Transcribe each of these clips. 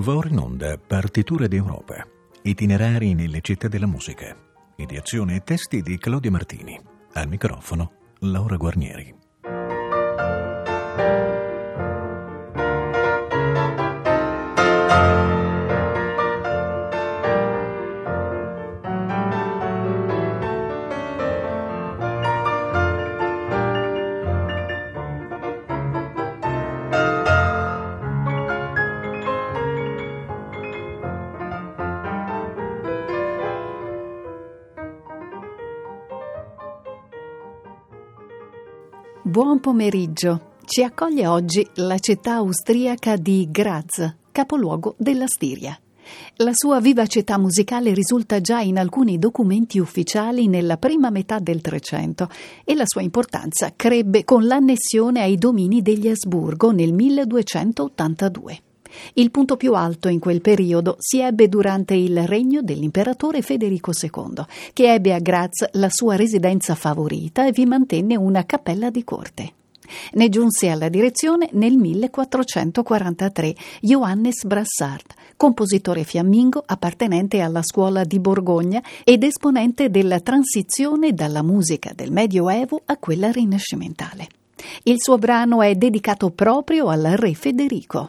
Va ora in onda Partiture d'Europa, itinerari nelle città della musica. Ideazione e testi di Claudio Martini. Al microfono Laura Guarnieri. Buon pomeriggio. Ci accoglie oggi la città austriaca di Graz, capoluogo della Stiria. La sua vivacità musicale risulta già in alcuni documenti ufficiali nella prima metà del Trecento e la sua importanza crebbe con l'annessione ai domini degli Asburgo nel 1282. Il punto più alto in quel periodo si ebbe durante il regno dell'imperatore Federico II, che ebbe a Graz la sua residenza favorita e vi mantenne una cappella di corte. Ne giunse alla direzione nel 1443 Johannes Brassard, compositore fiammingo appartenente alla scuola di Borgogna ed esponente della transizione dalla musica del Medioevo a quella rinascimentale. Il suo brano è dedicato proprio al re Federico.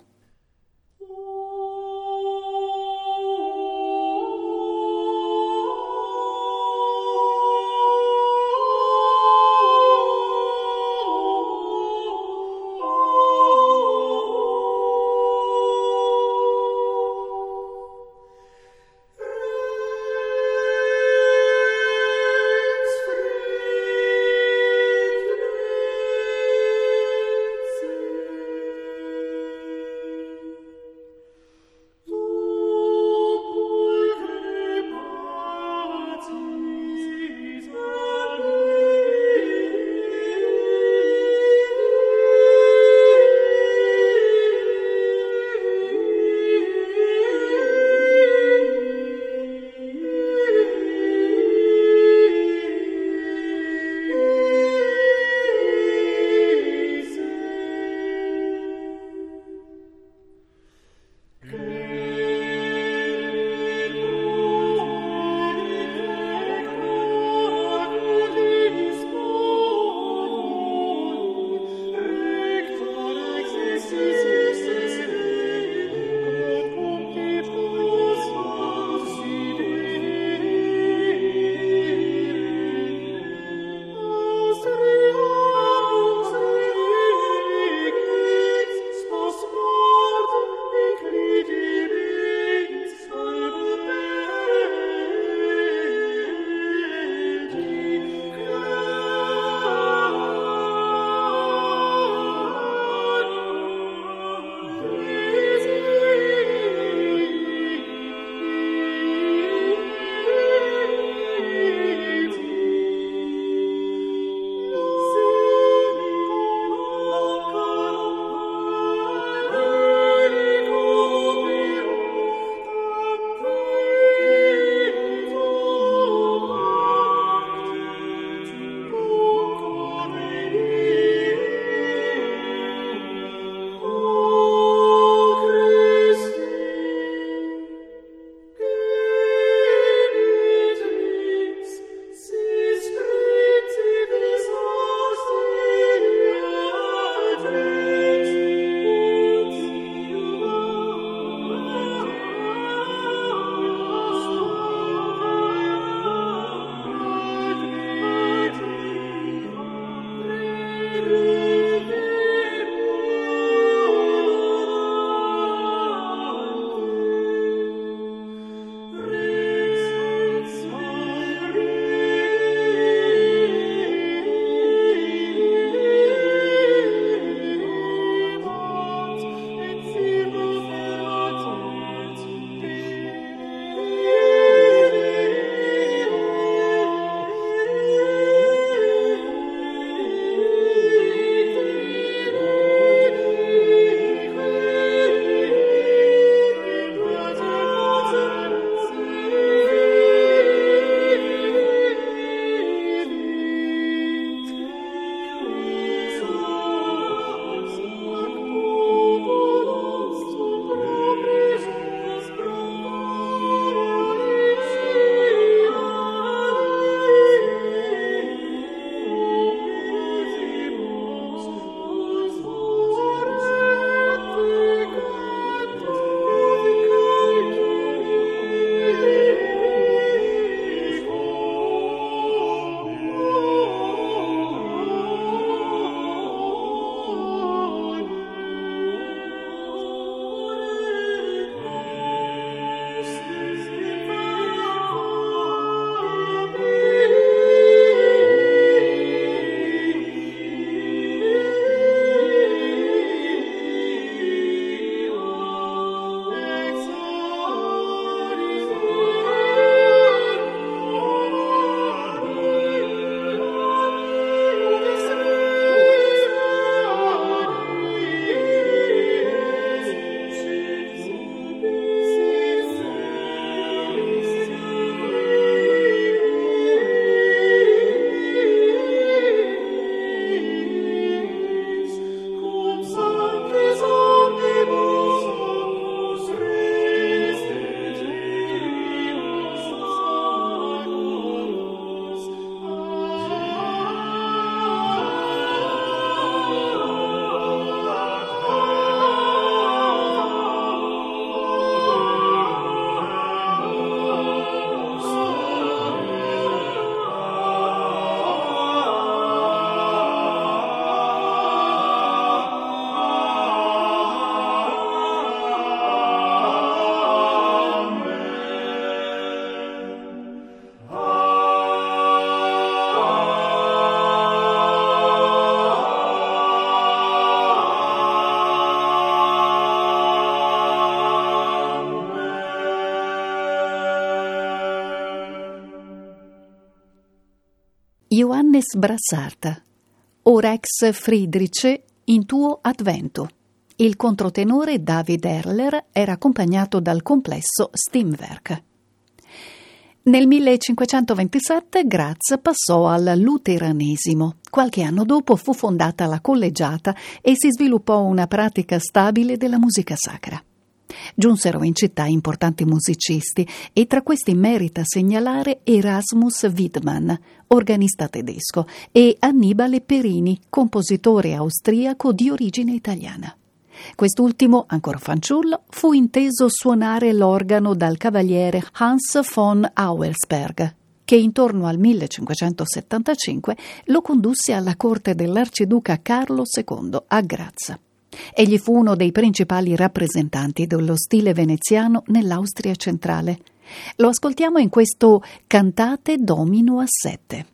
Johannes Brassart, O Rex Friedrich in tuo advento. Il controtenore David Erler era accompagnato dal complesso Stimmwerk. Nel 1527 Graz passò al luteranesimo. Qualche anno dopo fu fondata la collegiata e si sviluppò una pratica stabile della musica sacra. Giunsero in città importanti musicisti e tra questi merita segnalare Erasmus Widmann, organista tedesco, e Annibale Perini, compositore austriaco di origine italiana. Quest'ultimo, ancora fanciullo, fu inteso suonare l'organo dal cavaliere Hans von Auersperg, che intorno al 1575 lo condusse alla corte dell'arciduca Carlo II a Graz. Egli fu uno dei principali rappresentanti dello stile veneziano nell'Austria centrale. Lo ascoltiamo in questo Cantate Domino a sette.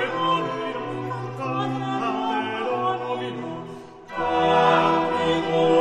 Oh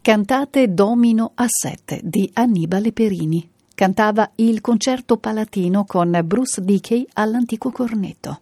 Cantate Domino a 7 di Annibale Perini. Cantava il Concerto Palatino con Bruce Dickey all'antico cornetto.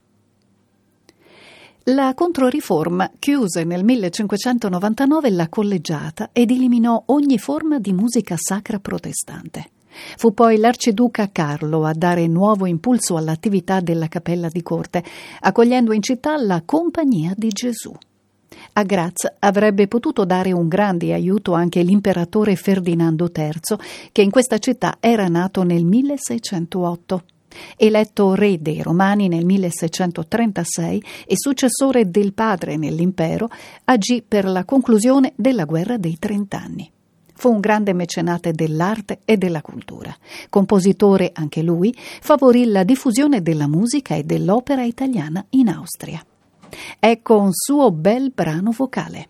La Controriforma chiuse nel 1599 la collegiata ed eliminò ogni forma di musica sacra protestante. Fu poi l'arciduca Carlo a dare nuovo impulso all'attività della cappella di corte, accogliendo in città la Compagnia di Gesù. A Graz avrebbe potuto dare un grande aiuto anche l'imperatore Ferdinando III, che in questa città era nato nel 1608. Eletto re dei Romani nel 1636 e successore del padre nell'impero, agì per la conclusione della guerra dei 30 anni. Fu un grande mecenate dell'arte e della cultura. Compositore anche lui, favorì la diffusione della musica e dell'opera italiana in Austria. Ecco un suo bel brano vocale.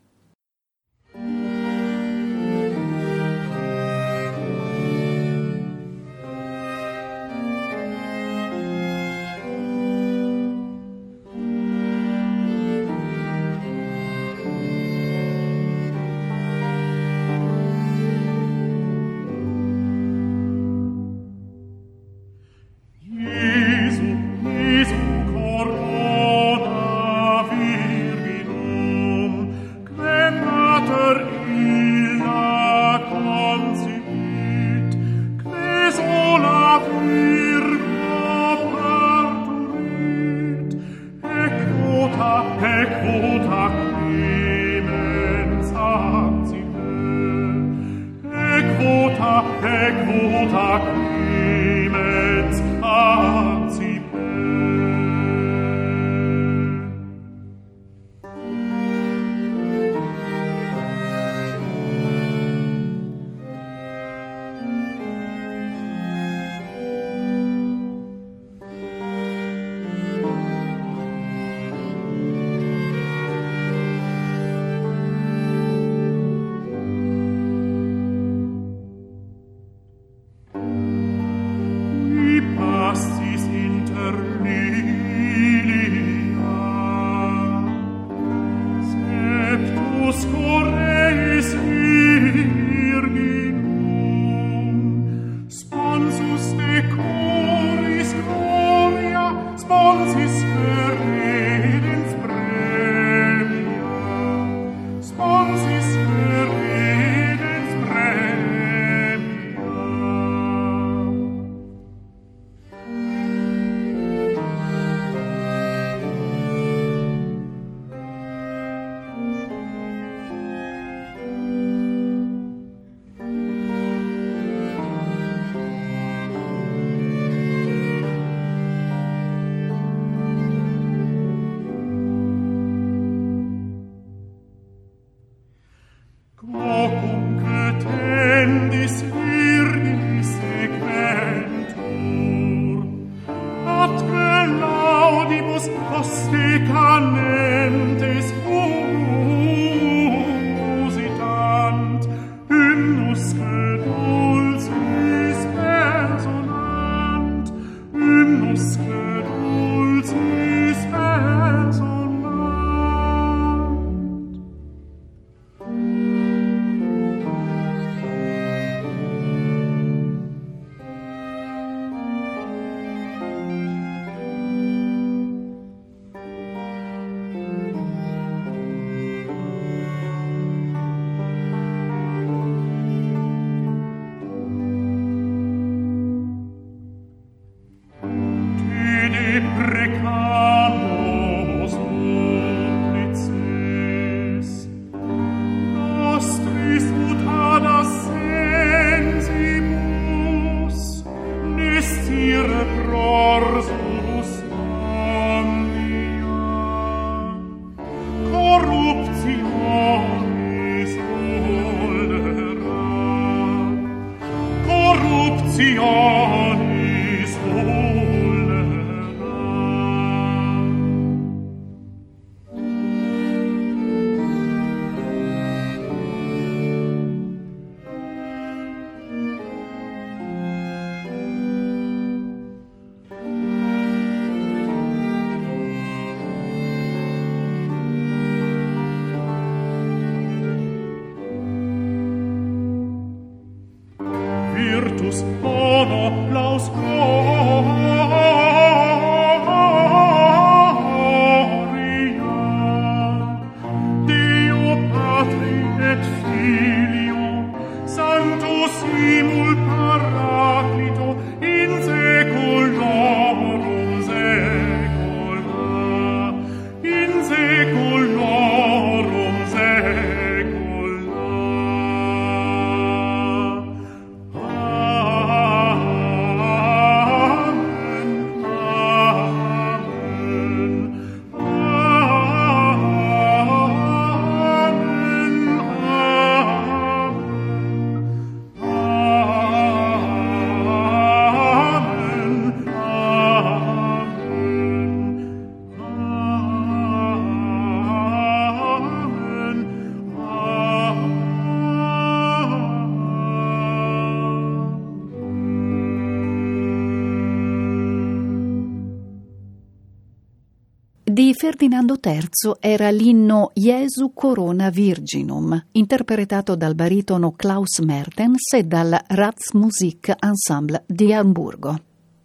Di Ferdinando III era l'inno Jesu Corona Virginum, interpretato dal baritono Klaus Mertens e dal Ratsmusik Ensemble di Amburgo.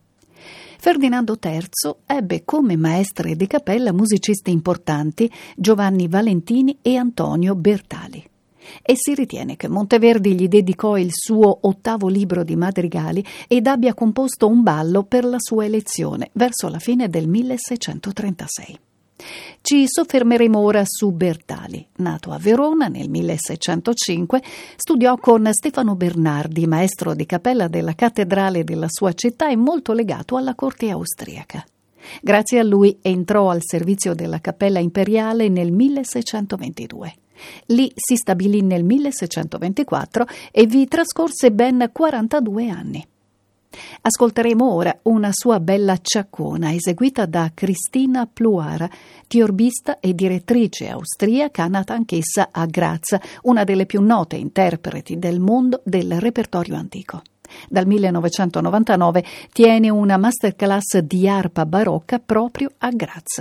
Ferdinando III ebbe come maestre di cappella musicisti importanti Giovanni Valentini e Antonio Bertali. E si ritiene che Monteverdi gli dedicò il suo 8° libro di madrigali ed abbia composto un ballo per la sua elezione verso la fine del 1636. Ci soffermeremo ora su Bertali. Nato a Verona nel 1605, studiò con Stefano Bernardi, maestro di cappella della cattedrale della sua città e molto legato alla corte austriaca. Grazie a lui entrò al servizio della Cappella Imperiale nel 1622. Lì si stabilì nel 1624 e vi trascorse ben 42 anni. Ascolteremo ora una sua bella ciaccona eseguita da Cristina Pluara, tiorbista e direttrice austriaca nata anch'essa a Graz, una delle più note interpreti del mondo del repertorio antico. Dal 1999 tiene una masterclass di arpa barocca proprio a Graz.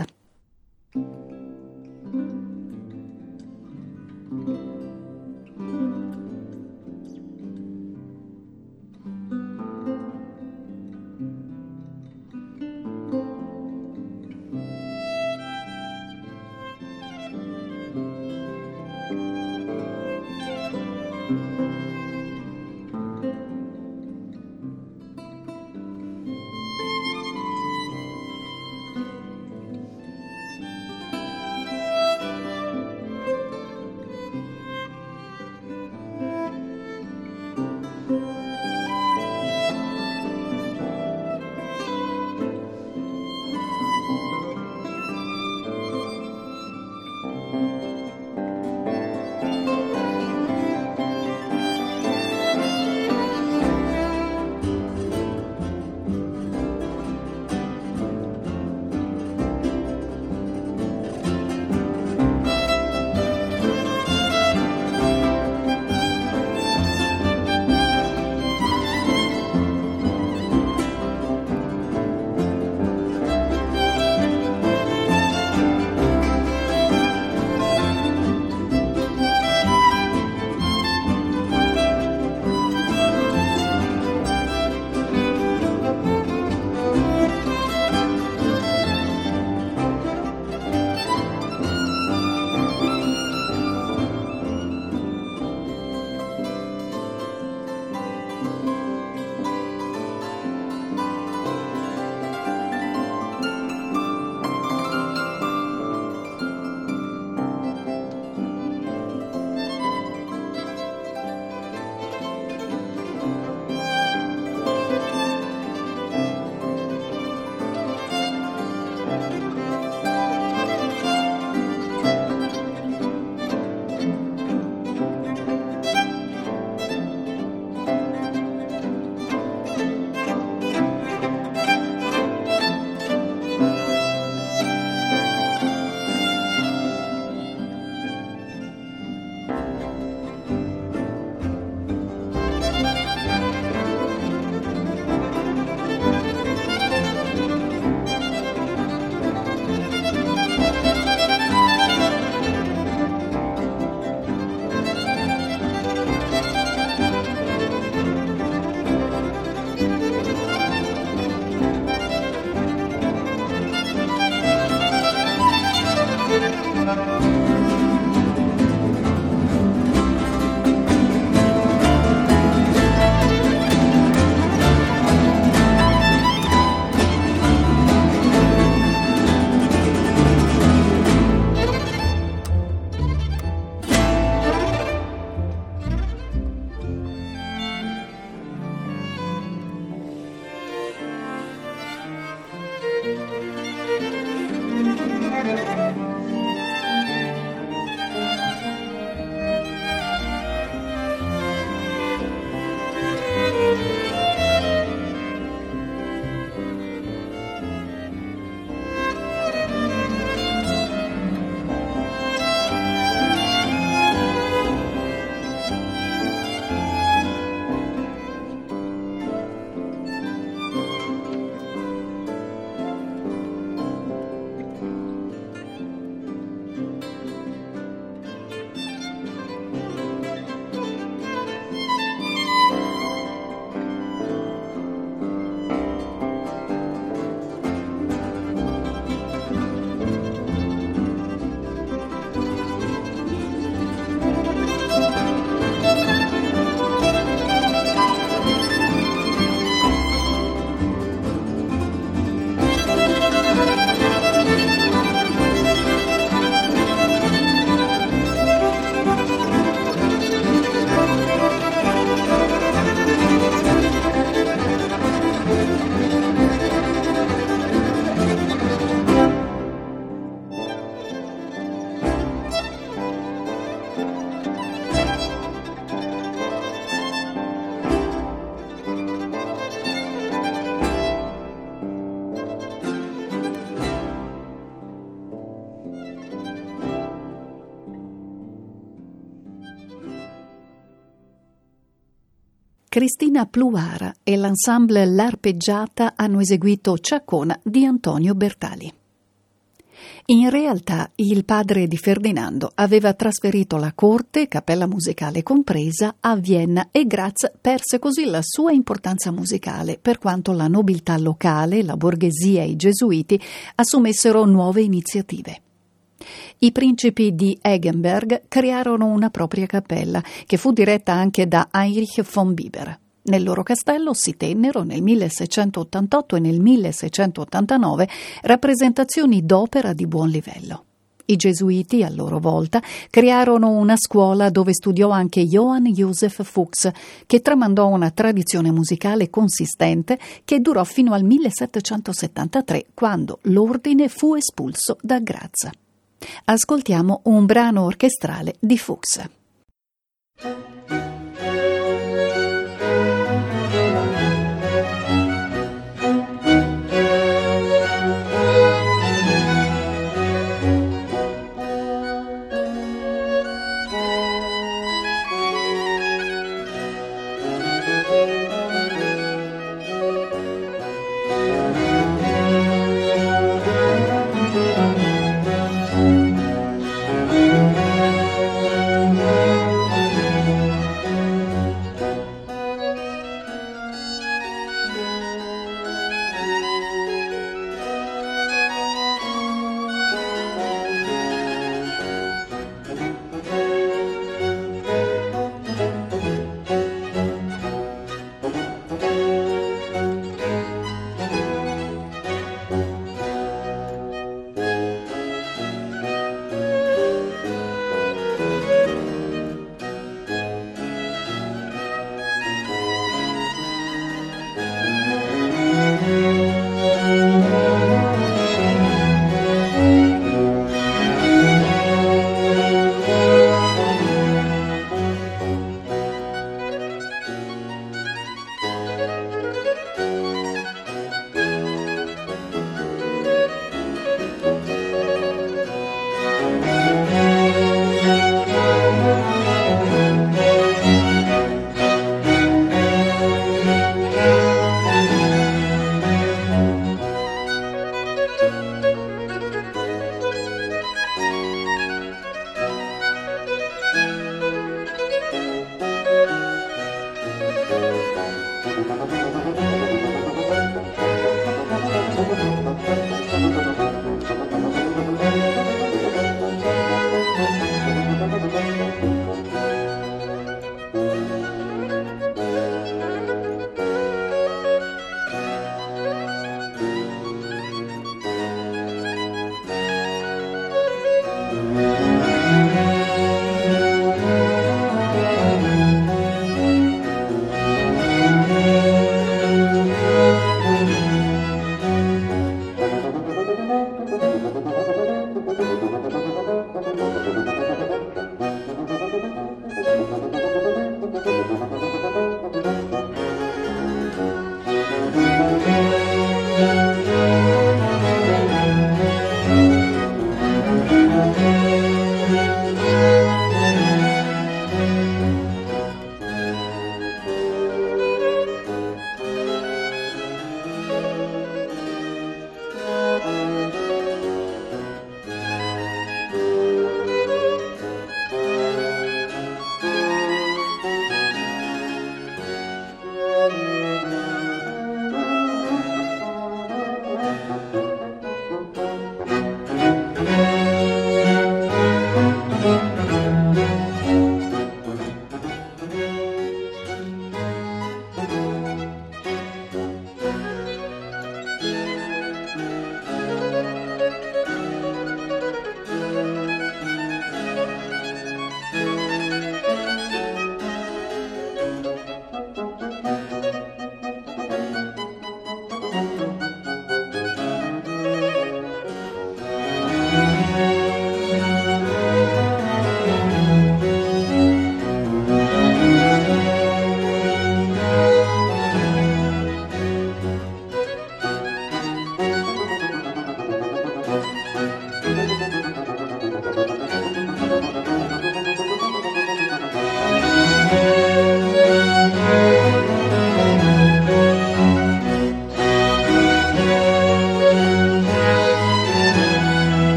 Cristina Pluara e l'ensemble L'Arpeggiata hanno eseguito Ciaccona di Antonio Bertali. In realtà il padre di Ferdinando aveva trasferito la corte, cappella musicale compresa, a Vienna e Graz perse così la sua importanza musicale, per quanto la nobiltà locale, la borghesia e i gesuiti assumessero nuove iniziative. I principi di Eggenberg crearono una propria cappella, che fu diretta anche da Heinrich von Bibber. Nel loro castello si tennero nel 1688 e nel 1689 rappresentazioni d'opera di buon livello. I gesuiti, a loro volta, crearono una scuola dove studiò anche Johann Joseph Fuchs, che tramandò una tradizione musicale consistente che durò fino al 1773, quando l'ordine fu espulso da Graz. Ascoltiamo un brano orchestrale di Fuchs.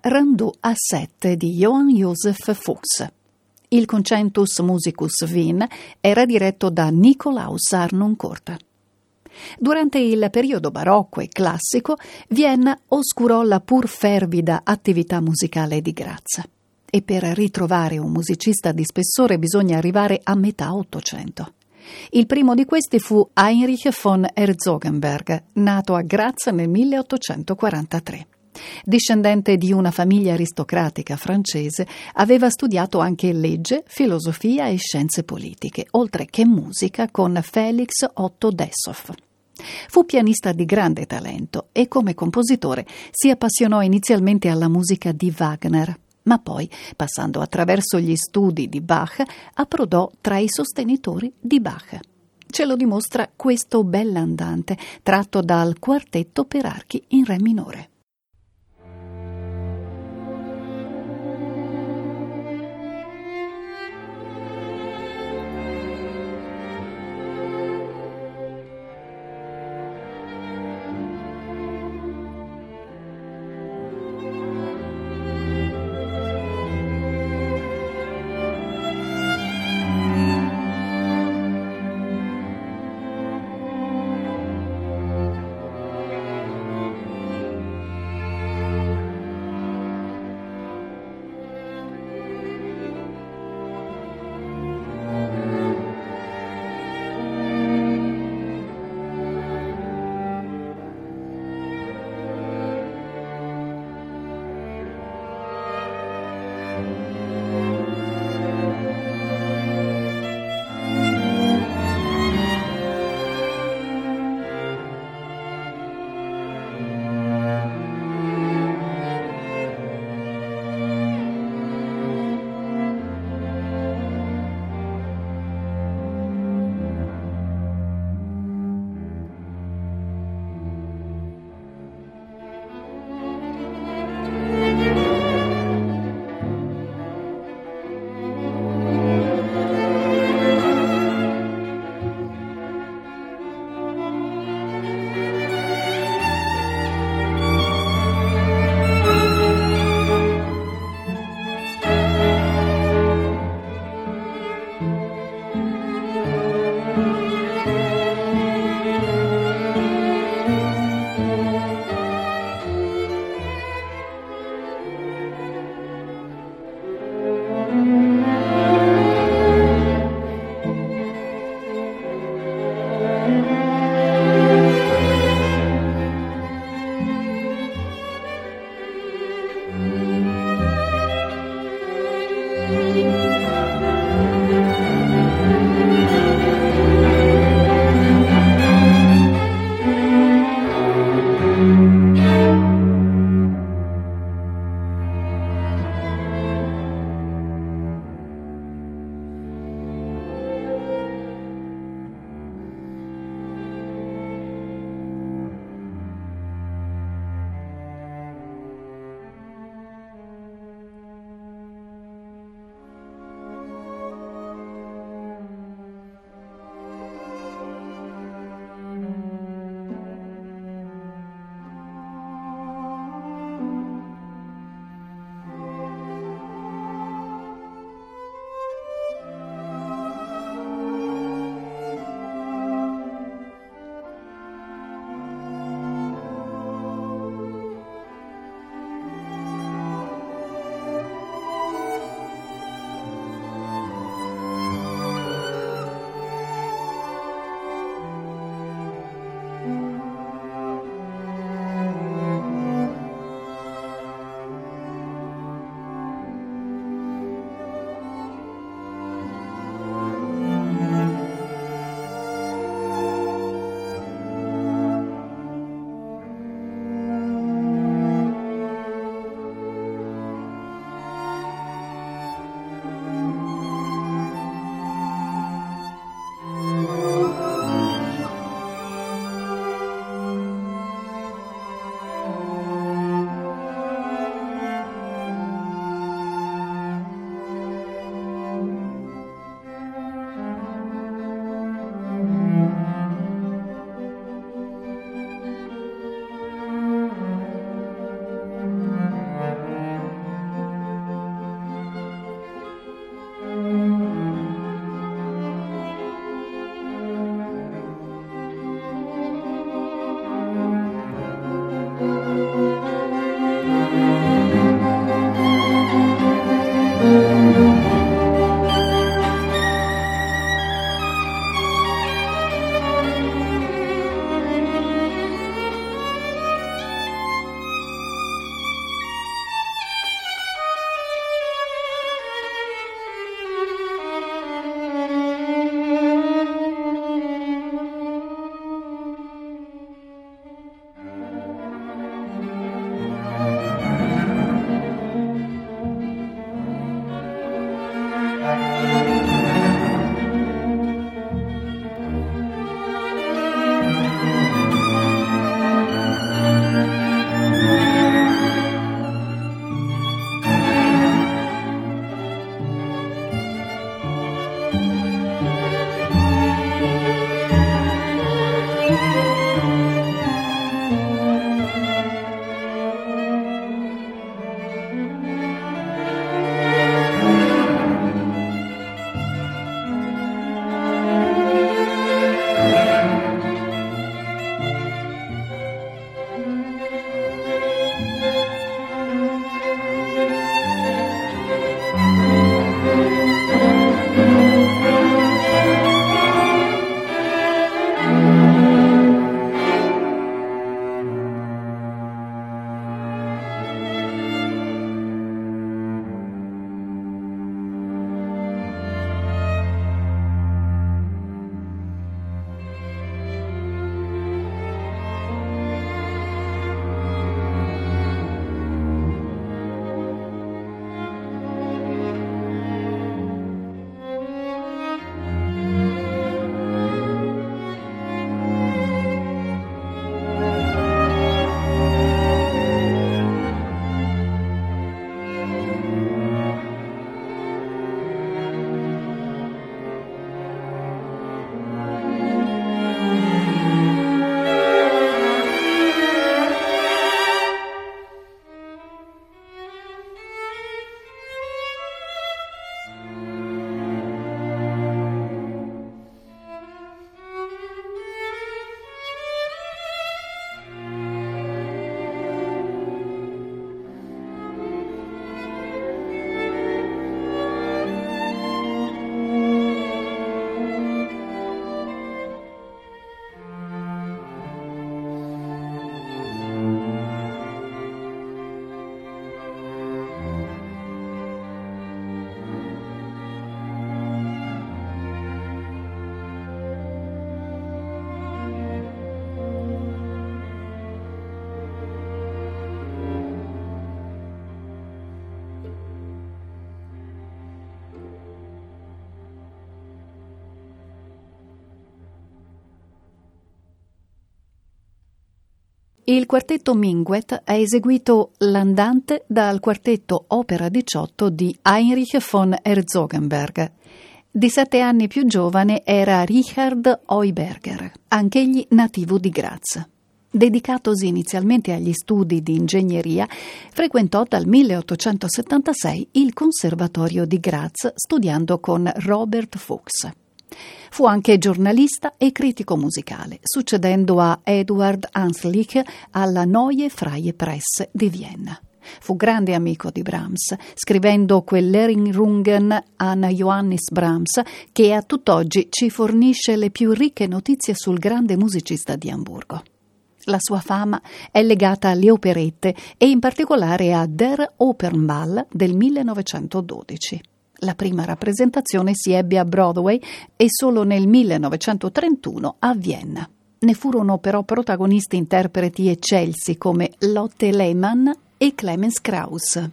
Randù a 7 di Johann Joseph Fuchs. Il Concentus Musicus Wien era diretto da Nikolaus Harnoncourt. Durante il periodo barocco e classico, Vienna oscurò la pur fervida attività musicale di Graz. E per ritrovare un musicista di spessore bisogna arrivare a metà Ottocento. Il primo di questi fu Heinrich von Herzogenberg, nato a Graz nel 1843. Discendente di una famiglia aristocratica francese, aveva studiato anche legge, filosofia e scienze politiche, oltre che musica con Felix Otto Dessau. Fu pianista di grande talento e come compositore si appassionò inizialmente alla musica di Wagner, ma poi, passando attraverso gli studi di Bach, approdò tra i sostenitori di Bach. Ce lo dimostra questo bell'andante tratto dal quartetto per archi in re minore. Il quartetto Minuet ha eseguito l'Andante dal quartetto Opera 18 di Heinrich von Herzogenberg. Di 7 anni più giovane era Richard Heuberger, anch'egli nativo di Graz. Dedicatosi inizialmente agli studi di ingegneria, frequentò dal 1876 il Conservatorio di Graz studiando con Robert Fuchs. Fu anche giornalista e critico musicale, succedendo a Eduard Hanslick alla Neue Freie Presse di Vienna. Fu grande amico di Brahms, scrivendo quell'Erinnerungen an Johannes Brahms che a tutt'oggi ci fornisce le più ricche notizie sul grande musicista di Amburgo. La sua fama è legata alle operette e in particolare a Der Opernball del 1912. La prima rappresentazione si ebbe a Broadway e solo nel 1931 a Vienna. Ne furono però protagonisti interpreti eccelsi come Lotte Lehmann e Clemens Krauss.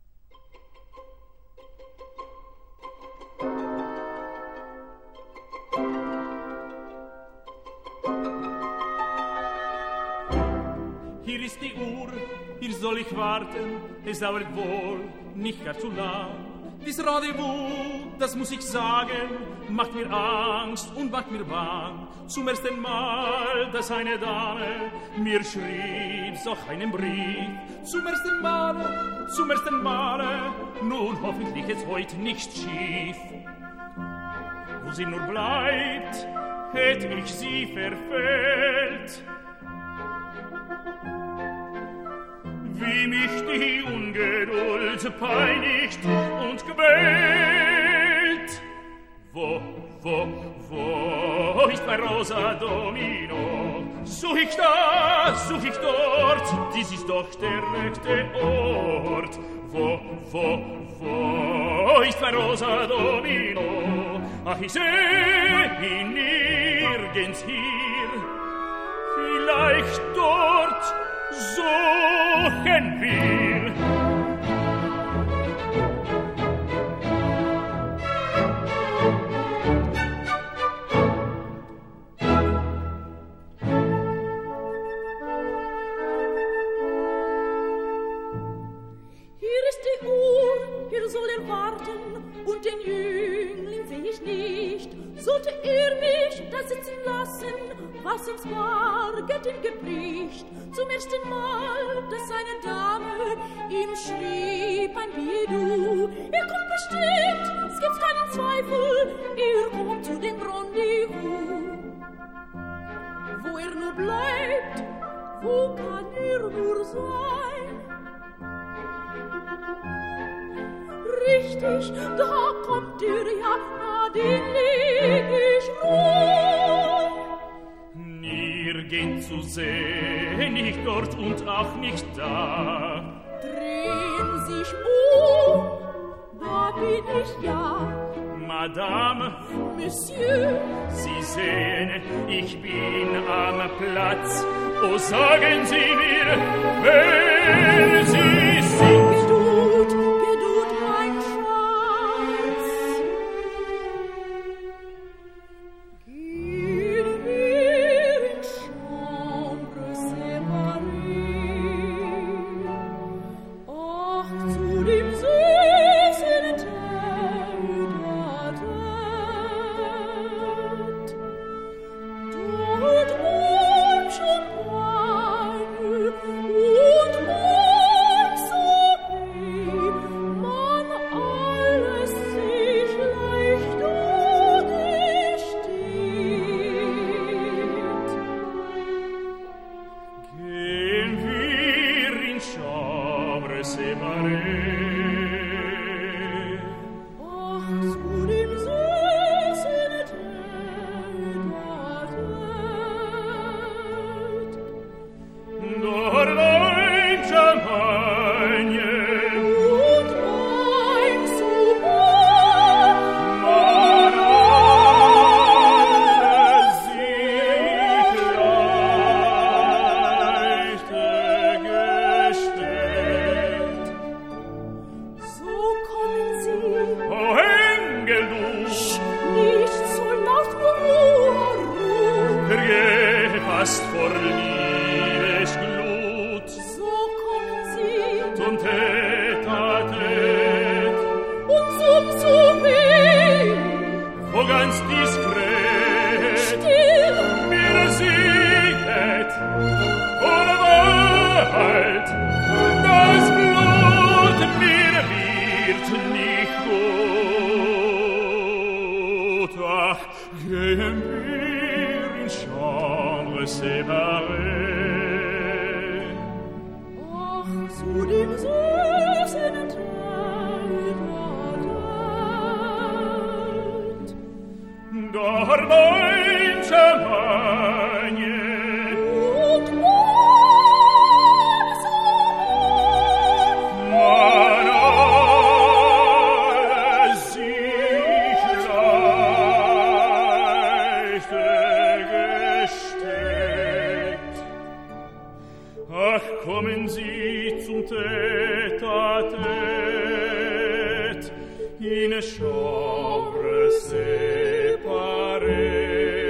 Hier ist die Uhr, hier soll ich warten, es dauert wohl nicht gar zu lang. Dies Rendezvous, das muss ich sagen, macht mir Angst und macht mir Bang. Zum ersten Mal, dass eine Dame mir schrieb so einen Brief. Zum ersten Male, nun hoffentlich ist heute nicht schief. Wo sie nur bleibt, hätt ich sie verfehlt. Wie mich die Ungeduld peinigt und quält. Wo ist mein rosa Domino? Such ich da, such ich dort, dies ist doch der rechte Ort. Wo ist mein rosa Domino? Ach, ich seh ihn nirgends hier, vielleicht dort suchen wir. Hier ist die Uhr, hier soll er warten, und den Jüngling seh ich nicht. Sollte mich da sitzen lassen, was ins Barget ihm gebricht. Zum ersten Mal, dass eine Dame ihm schrieb ein Billet. Er kommt bestimmt, es gibt keinen Zweifel, er kommt zu dem Rendezvous. Wo er nur bleibt, wo kann er nur sein? Richtig, da kommt er ja, na den leg ich ruhig. Nirgends zu sehen, nicht dort und auch nicht da. Drehen sich da bin ich ja. Madame, Monsieur, Sie sehen, ich bin am Platz. Oh, sagen Sie mir, wer Sie sind. Geduld, mein Schatz. Gehen wir in Chambre séparée. Ach, zu dem süßen Tête-à-tête. Dort wohnt Champagne und Montsouris, man alles sich leicht gesteht. Gehen wir in Chambre séparée. Ach, zu dem süßen Tête-à-tête. Dort ein Champagne, Und ein Souper, man alles sich leicht gestellt. so kommen Sie. O Engel, du, Nicht so laut, Ruhe. vergeh fast vor Liebesglut. ganz diskret. Still! Mir siehet, ohne Wahrheit, das Blut mir wird nicht gut. Ach, gehen wir in Chambre séparée. Ach, zu dem süßen Teil Dort mein Champagne und mein man alles sich leichte gesteht. Ach, kommen Sie zum Tête-à-tête in Chambre séparée.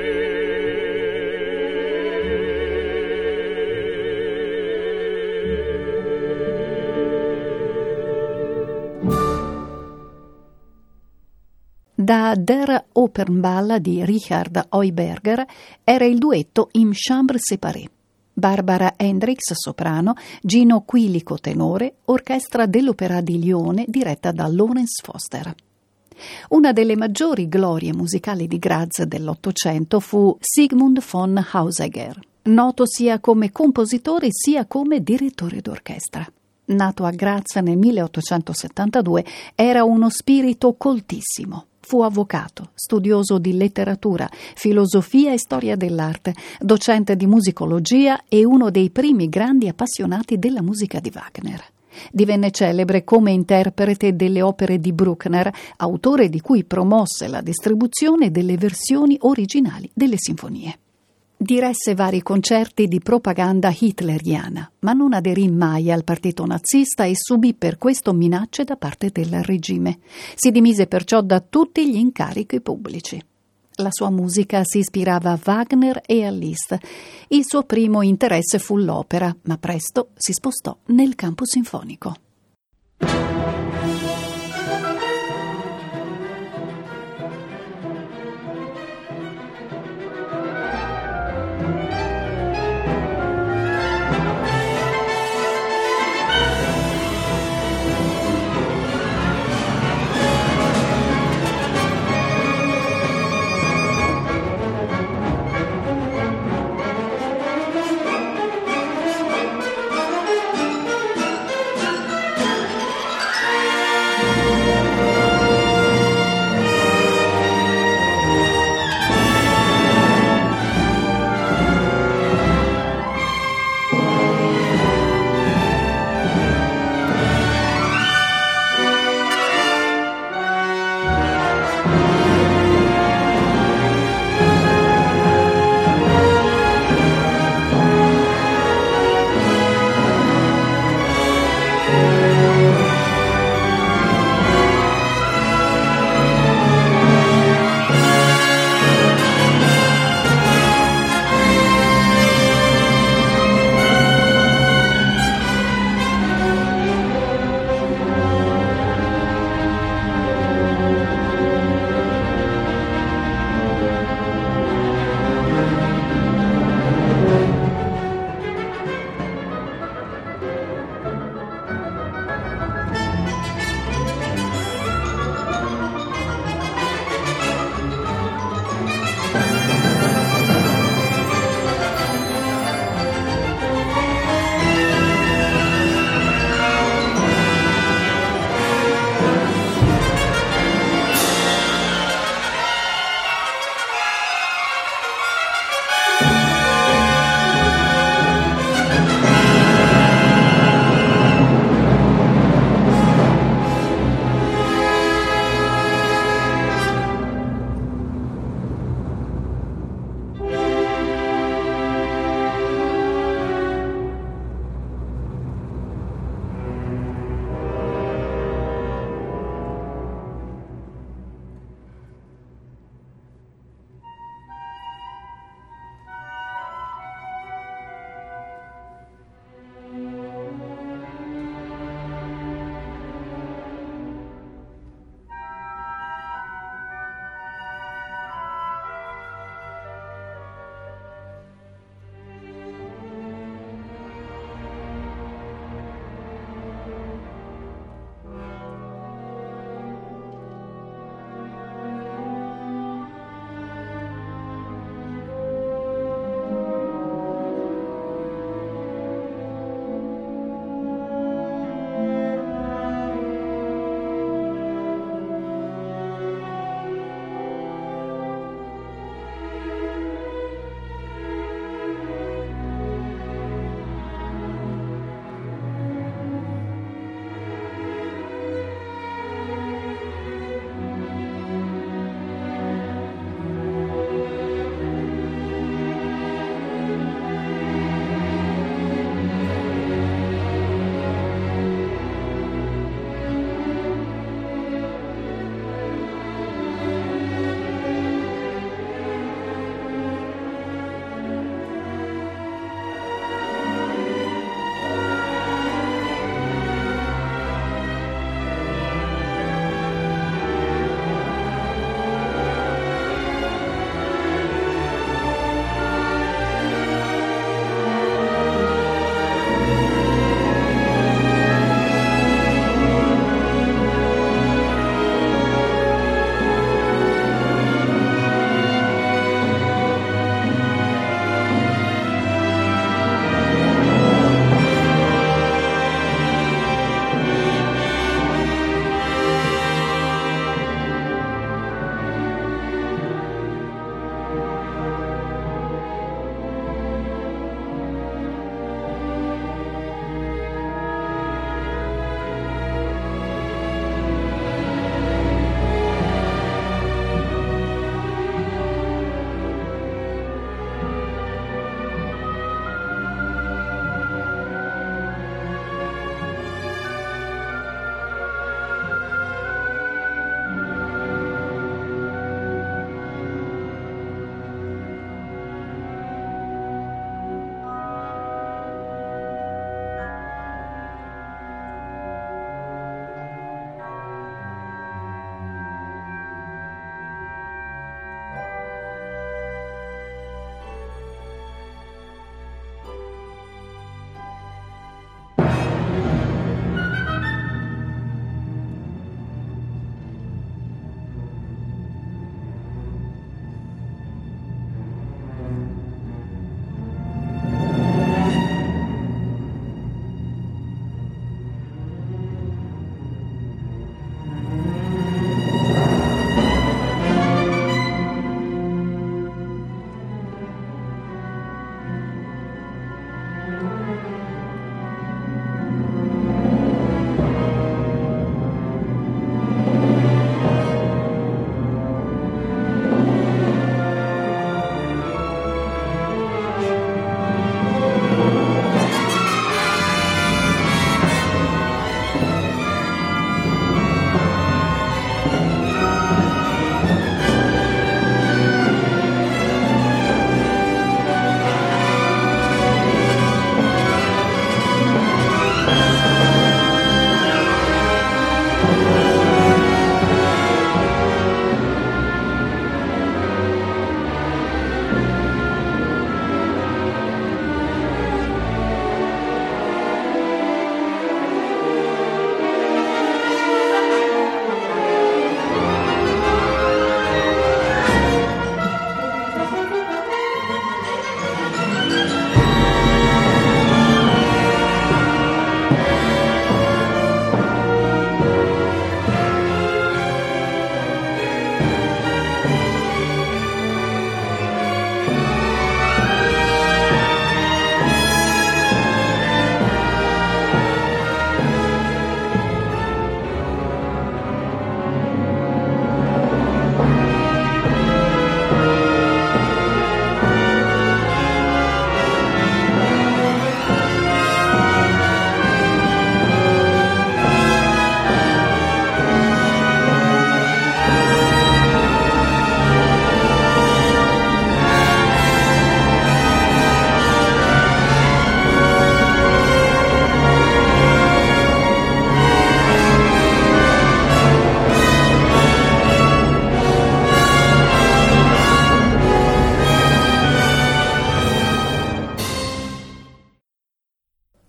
Da Der Opernball di Richard Heuberger era il duetto in Chambre séparée. Barbara Hendricks, soprano, Gino Quilico, tenore, orchestra dell'Opéra di Lione diretta da Lawrence Foster. Una delle maggiori glorie musicali di Graz dell'Ottocento fu Sigmund von Hausegger, noto sia come compositore sia come direttore d'orchestra. Nato a Graz nel 1872, era uno spirito coltissimo. Fu avvocato, studioso di letteratura, filosofia e storia dell'arte, docente di musicologia e uno dei primi grandi appassionati della musica di Wagner. Divenne celebre come interprete delle opere di Bruckner, autore di cui promosse la distribuzione delle versioni originali delle sinfonie. Diresse vari concerti di propaganda hitleriana, ma non aderì mai al partito nazista e subì per questo minacce da parte del regime. Si dimise perciò da tutti gli incarichi pubblici. La sua musica si ispirava a Wagner e a Liszt. Il suo primo interesse fu l'opera, ma presto si spostò nel campo sinfonico.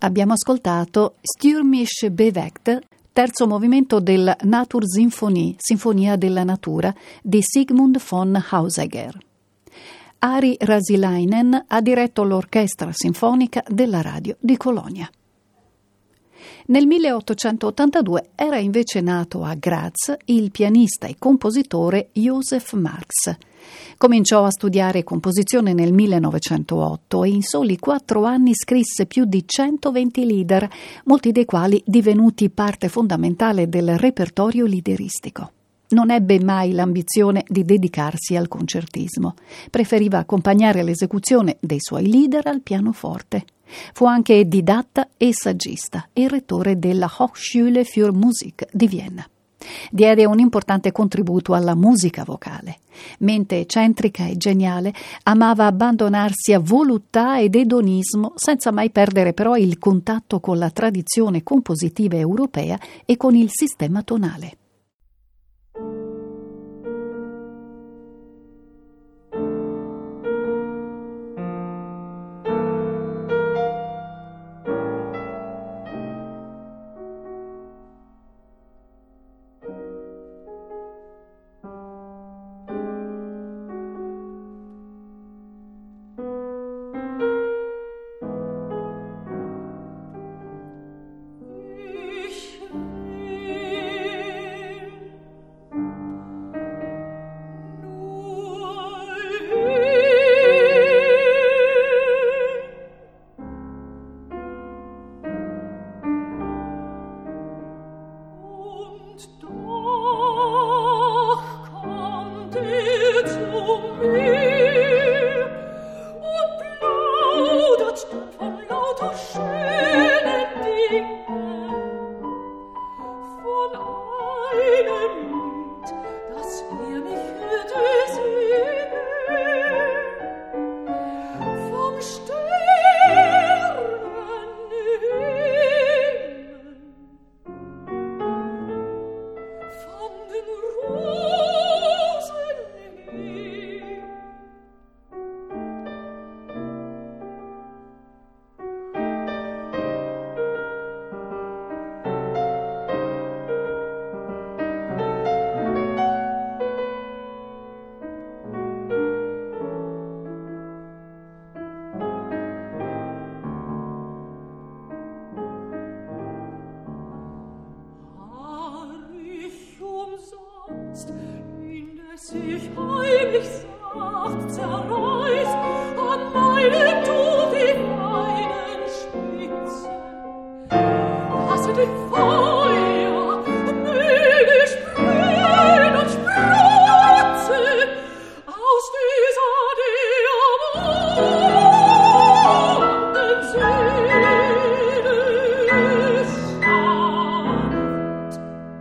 Abbiamo ascoltato Stuur mich bewegt, terzo movimento del Natursymphonie, Sinfonia della Natura, di Sigmund von Hausegger. Ari Rasilainen ha diretto l'orchestra sinfonica della radio di Colonia. Nel 1882 era invece nato a Graz il pianista e compositore Josef Marx. Cominciò a studiare composizione nel 1908 e in soli 4 anni scrisse più di 120 lieder, molti dei quali divenuti parte fondamentale del repertorio lideristico. Non ebbe mai l'ambizione di dedicarsi al concertismo. Preferiva accompagnare l'esecuzione dei suoi lieder al pianoforte. Fu anche didatta e saggista e rettore della Hochschule für Musik di Vienna. Diede un importante contributo alla musica vocale. Mente eccentrica e geniale, amava abbandonarsi a voluttà ed edonismo senza mai perdere però il contatto con la tradizione compositiva europea e con il sistema tonale. Sich heimlich sacht zerreißt an meinen Tod die feinen Spitzen. Lasse den Feuer möge sprühen und sprotzen aus dieser diamanten Seele Stadt.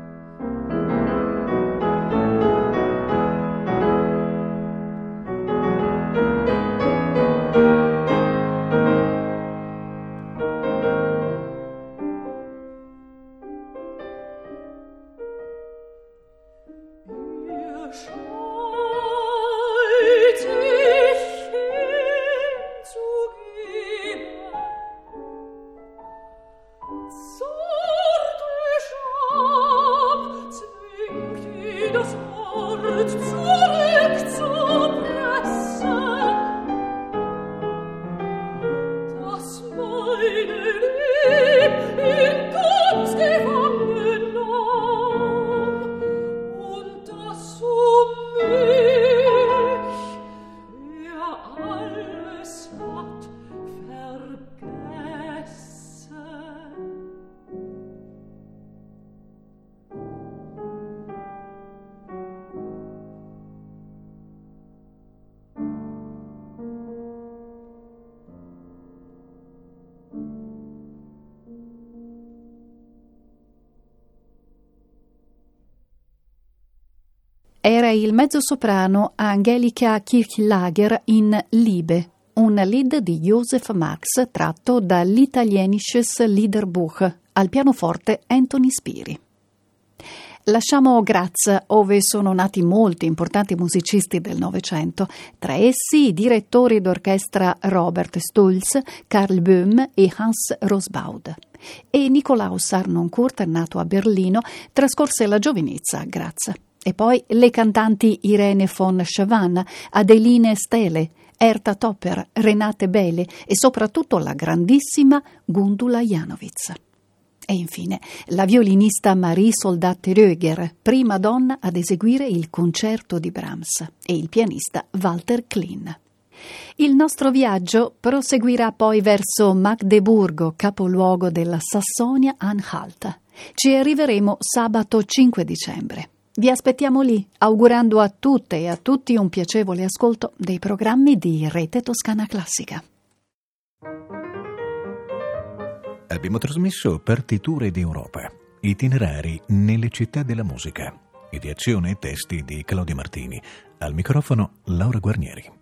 Era il mezzosoprano Angelika Kirchlager in Liebe, un lied di Josef Marx tratto dall'Italienisches Liederbuch, al pianoforte Anthony Spiri. Lasciamo Graz, ove sono nati molti importanti musicisti del Novecento, tra essi i direttori d'orchestra Robert Stulz, Karl Böhm e Hans Rosbaud. E Nikolaus Harnoncourt, nato a Berlino, trascorse la giovinezza a Graz. E poi le cantanti Irene von Schavan, Adeline Stele, Erta Topper, Renate Bele e soprattutto la grandissima Gundula Janowitz. E infine la violinista Marie Soldat-Röger, prima donna ad eseguire il concerto di Brahms, e il pianista Walter Klein. Il nostro viaggio proseguirà poi verso Magdeburgo, capoluogo della Sassonia-Anhalt. Ci arriveremo sabato 5 dicembre. Vi aspettiamo lì, augurando a tutte e a tutti un piacevole ascolto dei programmi di Rete Toscana Classica. Abbiamo trasmesso Partiture d'Europa, itinerari nelle città della musica, ideazione e testi di Claudia Martini. Al microfono Laura Guarnieri.